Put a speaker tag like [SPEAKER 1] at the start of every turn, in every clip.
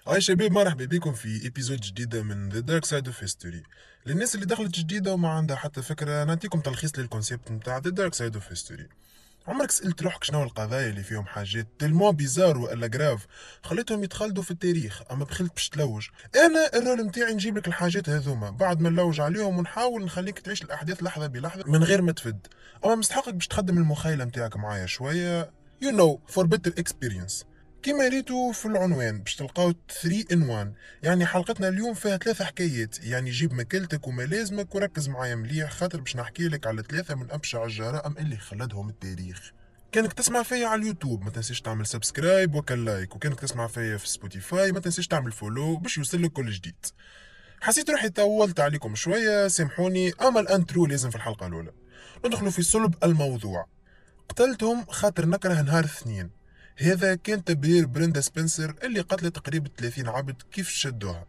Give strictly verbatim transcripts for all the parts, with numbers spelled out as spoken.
[SPEAKER 1] هاي شباب، مرحبا بكم في ايبيزود جديدة من The Dark Side of History. للناس اللي دخلت جديدة وما عندها حتى فكرة، نعطيكم تلخيص للكونسيبت متاع The Dark Side of History. عمرك سألت روحك شنو القضايا اللي فيهم حاجات تلمو بيزار ولا جراف خليتهم يتخلدوا في التاريخ، اما بخلت باش تلوج؟ انا الرول متاعي نجيب لك الحاجات هذوما بعد ما نلوج عليهم ونحاول نخليك تعيش الاحداث لحظة بلحظة من غير ما تفد. اما مستحقك باش تخدم المخيلة متاعك معايا شوية. You know, for better experience. كما ريتوا في العنوان باش تلقاو ثلاثة in واحد، يعني حلقتنا اليوم فيها ثلاثة حكايات. يعني جيب مكلتك وما لازمك وركز معايا مليح، خاطر باش نحكي لك على ثلاثة من أبشع الجرائم اللي خلدهم التاريخ. كانك تسمع فيا على اليوتيوب ما تنسيش تعمل سبسكرايب وكان لايك، وكانك تسمع فيا في سبوتيفاي ما تنسيش تعمل فولو باش يوصلك كل جديد. حسيت روحي طولت عليكم شوية، سامحوني، أما الانترو لازم في الحلقة الأولى. ندخلوا في صلب الموضوع. قتلتهم خاطر نكره نهار اثنين. هذا كان تبرير بريندا سبنسر اللي قتلت تقريبا ثلاثين عبد كيف شدوها.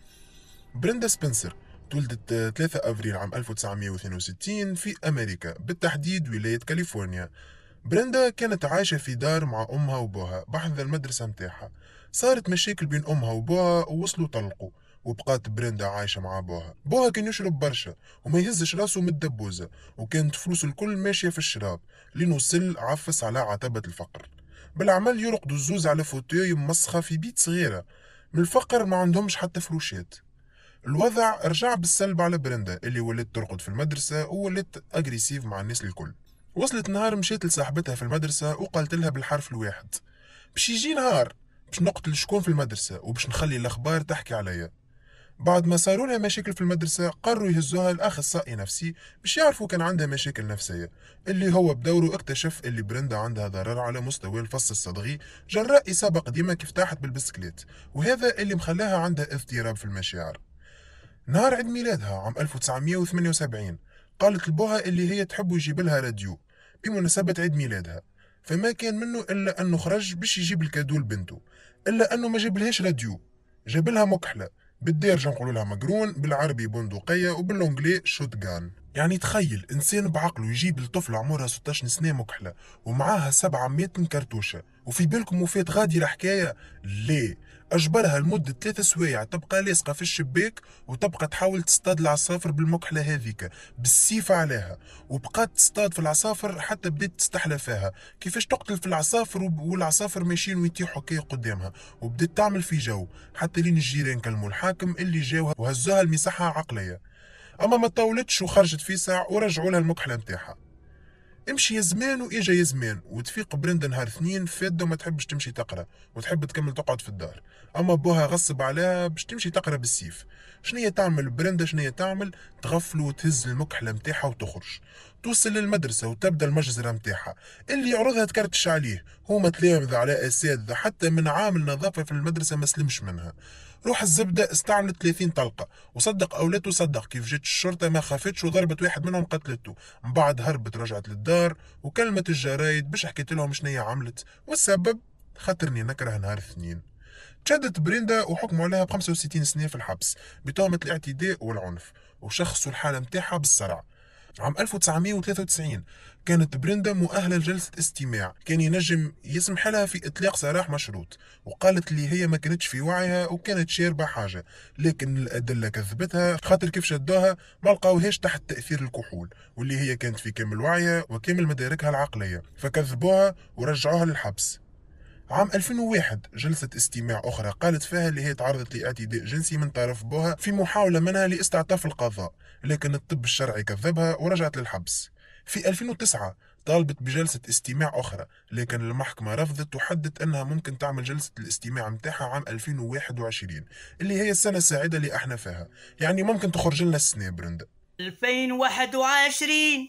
[SPEAKER 1] بريندا سبنسر تولدت ثلاثة أفريل عام ألف وتسعمائة واثنين وستين في أمريكا، بالتحديد ولاية كاليفورنيا. بريندا كانت عايشة في دار مع أمها وبوها بحذا المدرسة متاعها. صارت مشاكل بين أمها وبوها ووصلوا طلقوا، وبقات بريندا عايشة مع بوها. بوها كان يشرب برشا وما يهزش راسه من الدبوزة، وكانت فلوس الكل ماشية في الشراب، لأنه سل عفس على عتبة الفقر. بالعمل يرقدوا الزوز على فوتوي مسخة في بيت صغيرة، من الفقر ما عندهمش حتى فروشات. الوضع رجع بالسلب على بريندا اللي ولت ترقد في المدرسة وولت أجريسيف مع الناس الكل. وصلت نهار مشيت لصاحبتها في المدرسة وقالت لها بالحرف الواحد: باش يجي نهار باش نقتل شكون في المدرسة وباش نخلي الأخبار تحكي عليا. بعد ما صاروا لها مشاكل في المدرسة قرروا يهزوها لأخصائي نفسي باش يعرفوا كان عندها مشاكل نفسية، اللي هو بدوره اكتشف اللي بريندا عندها ضرر على مستوى الفص الصدغي جراء إصابة قديمة كيف طاحت بالبسكليت، وهذا اللي مخلاها عندها اضطراب في المشاعر. نهار عيد ميلادها عام ألف وتسعمائة وثمانية وسبعين قالت لبوها اللي هي تحب يجيب لها راديو بمناسبة عيد ميلادها، فما كان منه إلا أنه خرج باش يجيب الكادو لبنته، إلا أنه ما جابلهاش راديو، جاب لها مكحلة، بالدارجة نقولوا لها مقرون، بالعربي بندقية، وباللونجلي شوتغان. يعني تخيل إنسان بعقله يجيب لطفلة عمرها ستة عشر سنة مكحلة ومعاها سبعمائة كرتوشة، وفي بالكم وفات غادي الحكاية؟ ليه؟ أجبرها لمدة ثلاثة سوايع تبقى لاصقة في الشباك وتبقى تحاول تصطاد العصافر بالمكحلة هذيك بالسيف عليها، وبقات تصطاد في العصافر حتى بدات تستحلى فيها كيفاش تقتل في العصافر، والعصافر ماشيين ويتيحوا كي قدامها، وبدات تعمل في جو حتى لين الجيران كلموا الحاكم اللي جاوها وهزوها لمصحة عقلية. أما ما طولتش وخرجت في ساعة ورجعوا لها المكحلة متاعها. امشي يا زمان واجا يا زمان، وتفيق برندا نهار اثنين فادة وما تحبش تمشي تقرا وتحب تكمل تقعد في الدار، اما بوها غصب عليها باش تمشي تقرا بالسيف. شنية تعمل برندا؟ شنية تعمل؟ تغفل وتهز المكحلة متاعها وتخرج، توصل للمدرسة وتبدا المجزرة متاعها اللي يعرضها تكرتش عليه. هما تلامذة على اساتذة، حتى من عامل نظافة في المدرسة ما سلمش منها. روح الزبدة استعملت ثلاثين طلقة، وصدق أو لا تصدق كيف جت الشرطة ما خافتش وضربت واحد منهم قتلته. من بعد هربت رجعت للدار وكلمت الجرايد باش حكيت لهم شنيا عملت، والسبب خاطرني نكره نهار اثنين. تشدت بريندا وحكموا عليها ب خمسة وستين سنة في الحبس بتهمة الاعتداء والعنف، وشخصوا الحالة متاعها بالصرع. عام ألف وتسعمائة وثلاثة وتسعين كانت بريندا مؤهلة لجلسة استماع، كان ينجم يسمح لها في إطلاق سراح مشروط، وقالت لي هي ما كانتش في وعيها وكانت شاربة حاجة، لكن الأدلة كذبتها، خاطر كيف شدوها ما لقاوهاش تحت تأثير الكحول، واللي هي كانت في كامل وعيها وكامل مداركها العقلية، فكذبوها ورجعوها للحبس. عام ألفين وواحد جلسة استماع أخرى قالت فيها اللي هي تعرضت لاعتداء جنسي من طرف بوها في محاولة منها لاستعطاف القضاء، لكن الطب الشرعي كذبها ورجعت للحبس. في ألفين وتسعة طالبت بجلسة استماع أخرى، لكن المحكمة رفضت وحدت أنها ممكن تعمل جلسة الاستماع متاعها عام ألفين وواحد وعشرين اللي هي السنة السعيدة اللي احنا فيها، يعني ممكن تخرج لنا السنة برندا.
[SPEAKER 2] ألفين وواحد وعشرين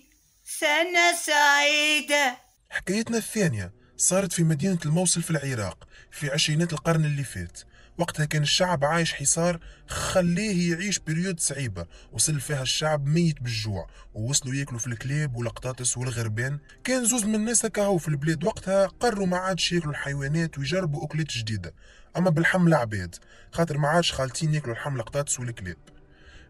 [SPEAKER 2] سنة سعيدة.
[SPEAKER 1] حكايتنا الثانية صارت في مدينة الموصل في العراق في عشرينات القرن اللي فات. وقتها كان الشعب عايش حصار خليه يعيش بريود صعيبة، وصل فيها الشعب ميت بالجوع، ووصلوا ياكلوا في الكلاب والقطاطس والغربان. كان زوز من الناس هكاهو في البلاد وقتها قرروا ما عادش ياكلوا الحيوانات ويجربوا أكلات جديدة، أما بالحملة عباد، خاطر ما عادش خالتين ياكلوا الحملة قطاطس والكلاب.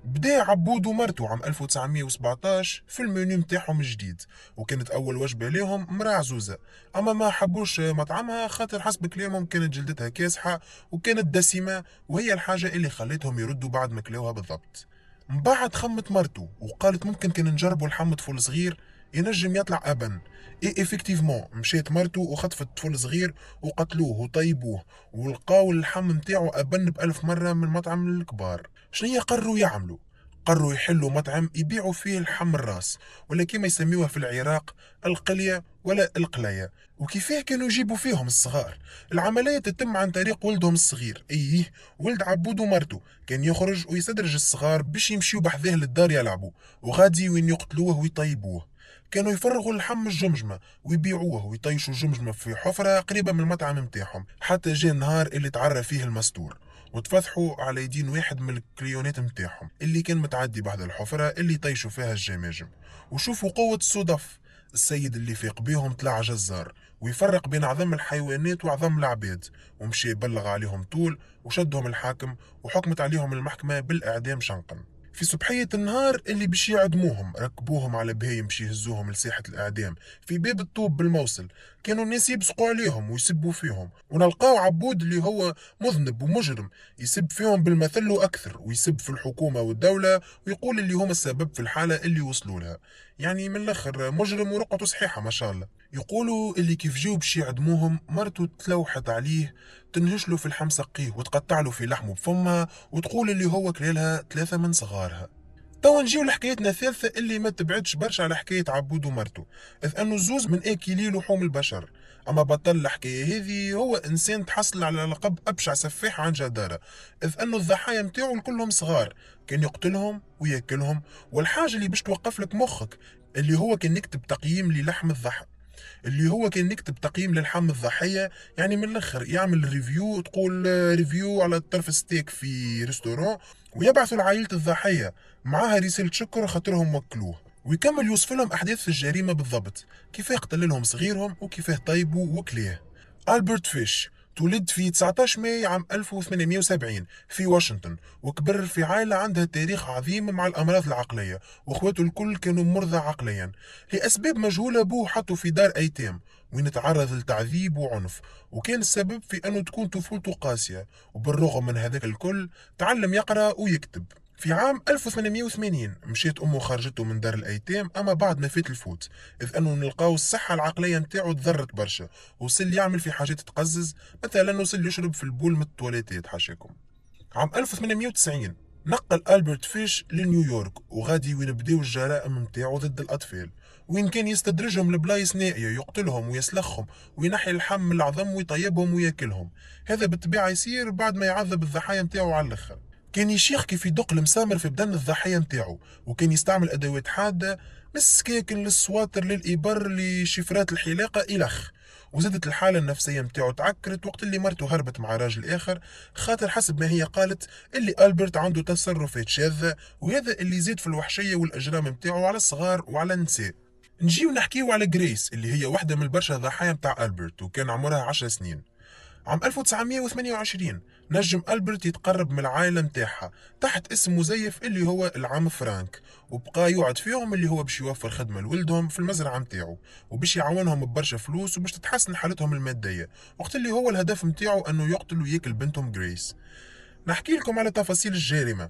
[SPEAKER 1] بدا عبود ومرته عام ألف وتسعمية وسبعطاش في المنيو متاعهم الجديد، وكانت أول وجبة لهم مرا عزوزة، أما ما حبوش مطعمها خاطر حسب كلامهم كانت جلدتها كاسحة وكانت دسمة، وهي الحاجة اللي خلتهم يردوا بعد ما كلوها بالضبط. من بعد خمت مرته وقالت ممكن كان نجربوا لحم طفل صغير ينجم يطلع أبن. اي افكتيفمون مشيت مرته وخطفت طفل صغير وقتلوه وطيبوه ولقاو اللحم متاعو أبن بألف مرة من مطعم الكبار. شنية قرروا يعملوا؟ قرروا يحلوا مطعم يبيعوا فيه لحم الراس، ولا كما يسميوها في العراق القلية ولا القلاية. وكيفاه كانوا يجيبوا فيهم الصغار؟ العملية تتم عن طريق ولدهم الصغير، ايه ولد عبود ومرته كان يخرج ويستدرج الصغار باش يمشيوا بحذاه للدار يلعبوا، وغادي وين يقتلوه ويطيبوه. كانوا يفرغوا اللحم الجمجمة ويبيعوه ويطيشوا الجمجمة في حفرة قريبة من المطعم متاعهم، حتى جاء النهار اللي تعرف فيه المستور وتفضحوا على يدين واحد من الكليونات متاعهم اللي كان متعدي بعد الحفرة اللي طيشوا فيها الجماجم. وشوفوا قوة الصدف، السيد اللي فيق بيهم طلع جزار ويفرق بين عظم الحيوانات وعظم العباد، ومشي يبلغ عليهم طول وشدهم الحاكم وحكمت عليهم المحكمة بالإعدام شنقا. في صبحية النهار اللي باش يعدموهم ركبوهم على بهايم باش يهزوهم لساحة الإعدام في باب الطوب بالموصل. كانوا الناس يبصقوا عليهم ويسبوا فيهم، ونلقاو عبود اللي هو مذنب ومجرم يسب فيهم بالمثل وأكثر، ويسب في الحكومة والدولة ويقول اللي هم السبب في الحالة اللي وصلوا لها. يعني من الآخر مجرم ورقته صحيحة ما شاء الله. يقولوا اللي كيف جاو باش يعدموهم مرته تلوحت عليه تنهشله في الحم سقيه وتقطع له في لحمه بفمها وتقول اللي هو كلالها ثلاثة من صغارها. توا نجيو لحكايتنا الثالثة اللي ما تبعدش برشا على حكاية عبود ومرته، إذ أنه الزوز من آكلي لحوم البشر. أما بطل الحكاية هذه هو إنسان تحصل على لقب أبشع سفاح عن جدارة، إذ أنه الضحايا متاعو كلهم صغار كان يقتلهم وياكلهم. والحاجة اللي باش توقف لك مخك اللي هو كان يكتب تقييم للحم الضحى، اللي هو كان يكتب تقييم للحم الضحية، يعني من الاخر يعمل ريفيو، تقول ريفيو على طرف ستيك في ريستوران ويبعثوا لعائلة الضحية معاها رسالة شكر خاطرهم وكلوه، ويكمل يوصف لهم احداث الجريمة بالضبط، كيفاه قتل لهم صغيرهم وكيفاه طيبوا وكليه. ألبرت فيش تولد في تسعطاش ماي عام ألف وثمانمية وسبعين في واشنطن، وكبر في عائلة عندها تاريخ عظيم مع الأمراض العقلية، واخواته الكل كانوا مرضى عقليا. لأسباب مجهولة بوه حطوا في دار أيتام وين تعرض لتعذيب وعنف، وكان السبب في أنه تكون طفولته قاسية، وبالرغم من هذاك الكل تعلم يقرأ ويكتب. في عام ألف وثمانمية وثمانين مشيت أمه خرجته من دار الأيتام، أما بعد ما فات الفوت، إذ أنه نلقاو الصحة العقلية متاعو تضرت برشا، وصل يعمل في حاجات تقزز، مثلا وصل يشرب في البول من التواليتات حاشاكم. عام ألف وثمانمية وتسعين نقل ألبرت فيش لنيويورك وغادي وين بداو الجرائم متاعو ضد الأطفال، وين كان يستدرجهم لبلايص نائية يقتلهم ويسلخهم وينحي اللحم من العظم ويطيبهم وياكلهم. هذا بالطبيعة يصير بعد ما يعذب الضحايا متاعو على الآخر. كان يشيخ كيف يدق المسامر في بدن الضحية متاعو، وكان يستعمل أدوات حادة من السكاكن للسواطر للإبر لشفرات الحلاقة إلخ. وزادت الحالة النفسية متاعو تعكرت وقت اللي مرته هربت مع راجل آخر، خاطر حسب ما هي قالت اللي ألبرت عنده تصرفات شاذة، وهذا اللي زاد في الوحشية والأجرام متاعو على الصغار وعلى النساء. نجيو نحكيو على جريس اللي هي واحدة من برشا ضحايا متاع ألبرت، وكان عمرها عشر سنين. عام ألف وتسعمية وثمانية وعشرين نجم ألبرت يتقرب من العائلة متاعها تحت اسم مزيف اللي هو العم فرانك، وبقى يوعد فيهم اللي هو باش يوفر خدمة لولدهم في المزرعة متاعو وباش يعاونهم ببرشا فلوس وباش تتحسن حالتهم المادية، وقت اللي هو الهدف متاعو أنه يقتل وياكل بنتهم جريس. نحكي لكم على تفاصيل الجريمة.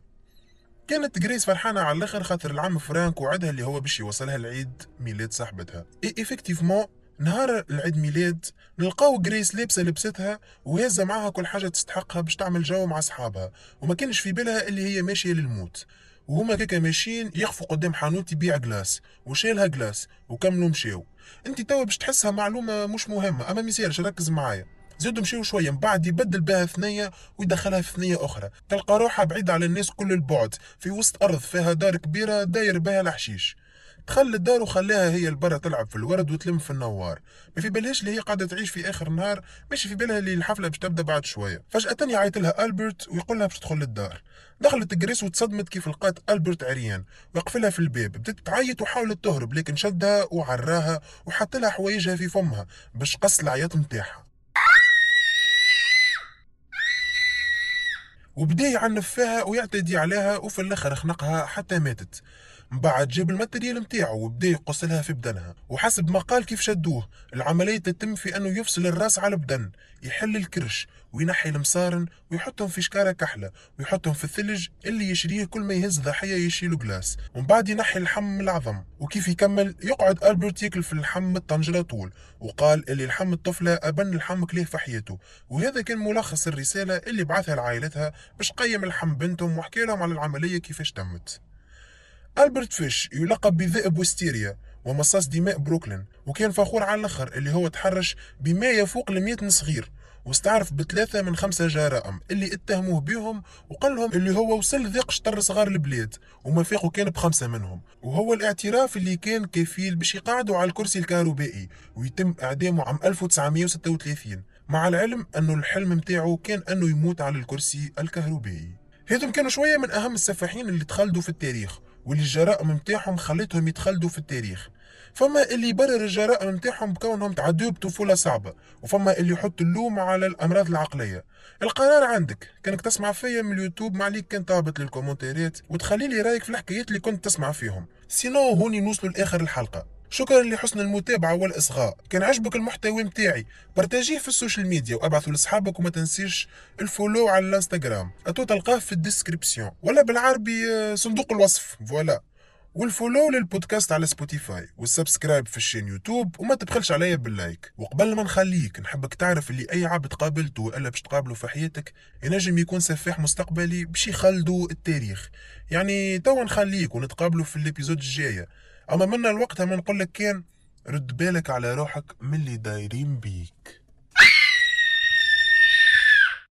[SPEAKER 1] كانت جريس فرحانة على الاخر خاطر العم فرانك وعدها اللي هو باش يوصلها لعيد ميلاد صاحبتها. اي افكتيفمون نهار العيد ميلاد نلقاو جريس لابسه لبستها وهزه معاها كل حاجه تستحقها باش تعمل جو مع اصحابها، وما كانش في بالها اللي هي ماشيه للموت. وهما كيكا ماشيين يخفوا قدام حانوت يبيع جلاس وشالها جلاس وكملوا مشاو. انت توا باش تحسها معلومه مش مهمه، اما ميسالش ركز معايا. زادوا مشيو شويه من بعد يبدل بها ثنيه ويدخلها في ثنيه اخرى، تلقى روحها بعيده على الناس كل البعد في وسط ارض فيها دار كبيره داير بها الحشيش. دخل الدار وخلاها هي البرة تلعب في الورد وتلم في النوار، ما في بالهاش اللي هي قاعدة تعيش في آخر نهار، ماشي في بالها اللي الحفلة باش تبدا بعد شوية. فجأة يعيط لها ألبرت ويقول لها باش تدخل للدار. دخلت جريس وتصدمت كيف لقات ألبرت عريان وقفلها في الباب، بدت تعيط وحاولت تهرب لكن شدها وعراها وحط لها حوايجها في فمها باش قص العياط متاعها. وبدا يعنف فيها ويعتدي عليها، وفي الاخر خنقها حتى ماتت. من بعد جاب الماتريال متاعو وبدا يقص لها في بدنها، وحسب ما قال كيف شدوه العملية تتم في انه يفصل الراس على البدن، يحل الكرش وينحي المصارن ويحطهم في شكارة كحلة ويحطهم في الثلج اللي يشريه كل ما يهز ضحية يشيلو جلاس، ومن بعد ينحي اللحم من العظم. وكيف يكمل؟ يقعد ألبرت ياكل في اللحم الطنجرة طول، وقال اللي لحم الطفلة أبن اللحم كليه في حياته. وهذا كان ملخص الرسالة اللي بعثها لعائلتها باش قيم لحم بنتهم وحكي لهم على العملية كيفاش تمت. ألبرت فيش يلقب بذئب وستيريا ومصاص دماء بروكلين، وكان فخور على الاخر اللي هو تحرش بما يفوق المئة صغير، واستعرف بثلاثة من خمسة جرائم اللي اتهموه بيهم، وقال لهم اللي هو وصل ذاق شطر صغار البلاد وما فاقوا كان بخمسة منهم. وهو الاعتراف اللي كان كفيل باش يقعدوا على الكرسي الكهربائي ويتم اعدامه عام ألف وتسعمائة وستة وثلاثين، مع العلم انه الحلم متاعه كان انه يموت على الكرسي الكهربائي. هذم كانوا شوية من اهم السفاحين اللي تخلدوا في التاريخ، واللي الجرائم متاعهم خلتهم يتخلدوا في التاريخ. فما اللي يبرر الجرائم متاعهم بكونهم تعدوا بطفولة صعبة، وفما اللي يحط اللوم على الأمراض العقلية. القرار عندك، كانك تسمع فيا من اليوتيوب ما عليك كان تهبط للكومنتات وتخلي لي رايك في الحكايات اللي كنت تسمع فيهم. سينو هوني نوصلوا لآخر الحلقة. شكرا لحسن المتابعة والإصغاء. كان عجبك المحتوى متاعي بارتاجيه في السوشيال ميديا وابعثوا لاصحابك، وما تنسيش الفولو على الانستغرام، اتو تلقاه في الديسكريبسيون ولا بالعربي صندوق الوصف فوالا. والفولو للبودكاست على سبوتيفاي، والسبسكرايب في الشين يوتيوب، وما تبخلش عليا باللايك. وقبل ما نخليك نحبك تعرف اللي اي عبد قابلته الا باش تقابله في حياتك ينجم يكون سفاح مستقبلي باش يخلدوا التاريخ. يعني توا نخليك ونتقابلوا في الابيزود الجايه. اما منا الوقت ما نقول لك كان رد بالك على روحك من اللي دايرين بيك.